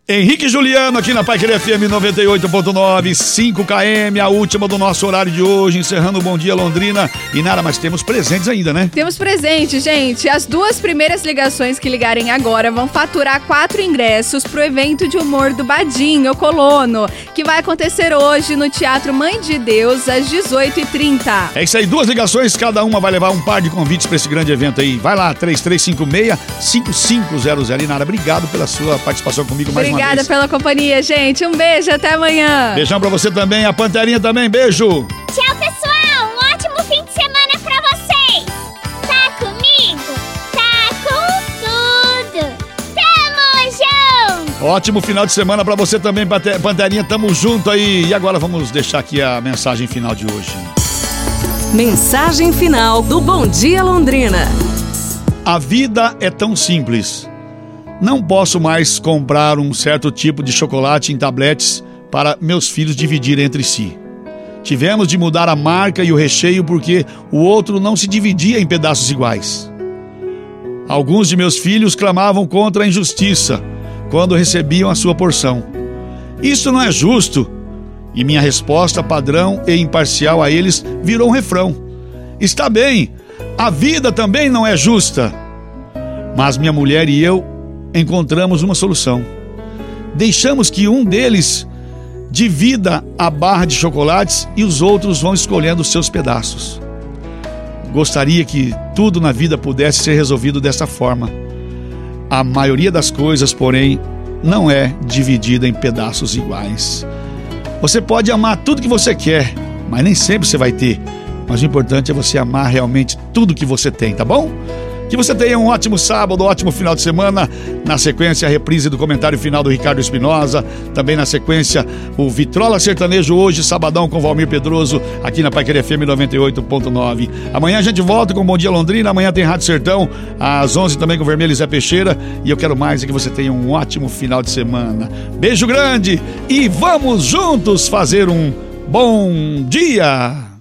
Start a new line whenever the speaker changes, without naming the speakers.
Henrique e Juliano aqui na Paiquerê FM 98.9, 5 km, a última do nosso horário de hoje, encerrando o Bom Dia Londrina. E Nara, mas temos presentes ainda, né?
Temos presente, gente. As 2 primeiras ligações que ligarem agora vão faturar 4 ingressos pro evento de humor do Badinho Colono, que vai acontecer hoje no Teatro Mãe de Deus, às 18h30.
É isso aí, 2 ligações, cada uma vai levar um par de convites pra esse grande evento aí. Vai lá, 3356-5500. E Nara, obrigado pela sua participação comigo mais uma vez.
Obrigada pela companhia, gente. Um beijo, até amanhã.
Beijão pra você também, a Panterinha também, beijo.
Tchau, pessoal. Um ótimo fim de semana pra vocês. Tá comigo? Tá com tudo. Tamo junto.
Ótimo final de semana pra você também, Panterinha. Tamo junto aí. E agora vamos deixar aqui a mensagem final de hoje.
Mensagem final do Bom Dia Londrina.
A vida é tão simples. Não posso mais comprar um certo tipo de chocolate em tabletes para meus filhos dividirem entre si. Tivemos de mudar a marca e o recheio porque o outro não se dividia em pedaços iguais. Alguns de meus filhos clamavam contra a injustiça quando recebiam a sua porção. Isso não é justo. E minha resposta padrão e imparcial a eles virou um refrão. Está bem, a vida também não é justa. Mas minha mulher e eu encontramos uma solução. Deixamos que um deles divida a barra de chocolates e os outros vão escolhendo os seus pedaços. Gostaria que tudo na vida pudesse ser resolvido dessa forma. A maioria das coisas, porém, não é dividida em pedaços iguais. Você pode amar tudo que você quer, mas nem sempre você vai ter. Mas o importante é você amar realmente tudo que você tem, tá bom? Que você tenha um ótimo sábado, um ótimo final de semana. Na sequência, a reprise do comentário final do Ricardo Espinosa. Também na sequência, o Vitrola Sertanejo hoje, sabadão com Valmir Pedroso, aqui na Paiquerê FM 98.9. Amanhã a gente volta com Bom Dia Londrina. Amanhã tem Rádio Sertão, às 11 também com o Vermelho e Zé Peixeira. E eu quero mais é que você tenha um ótimo final de semana. Beijo grande e vamos juntos fazer um bom dia!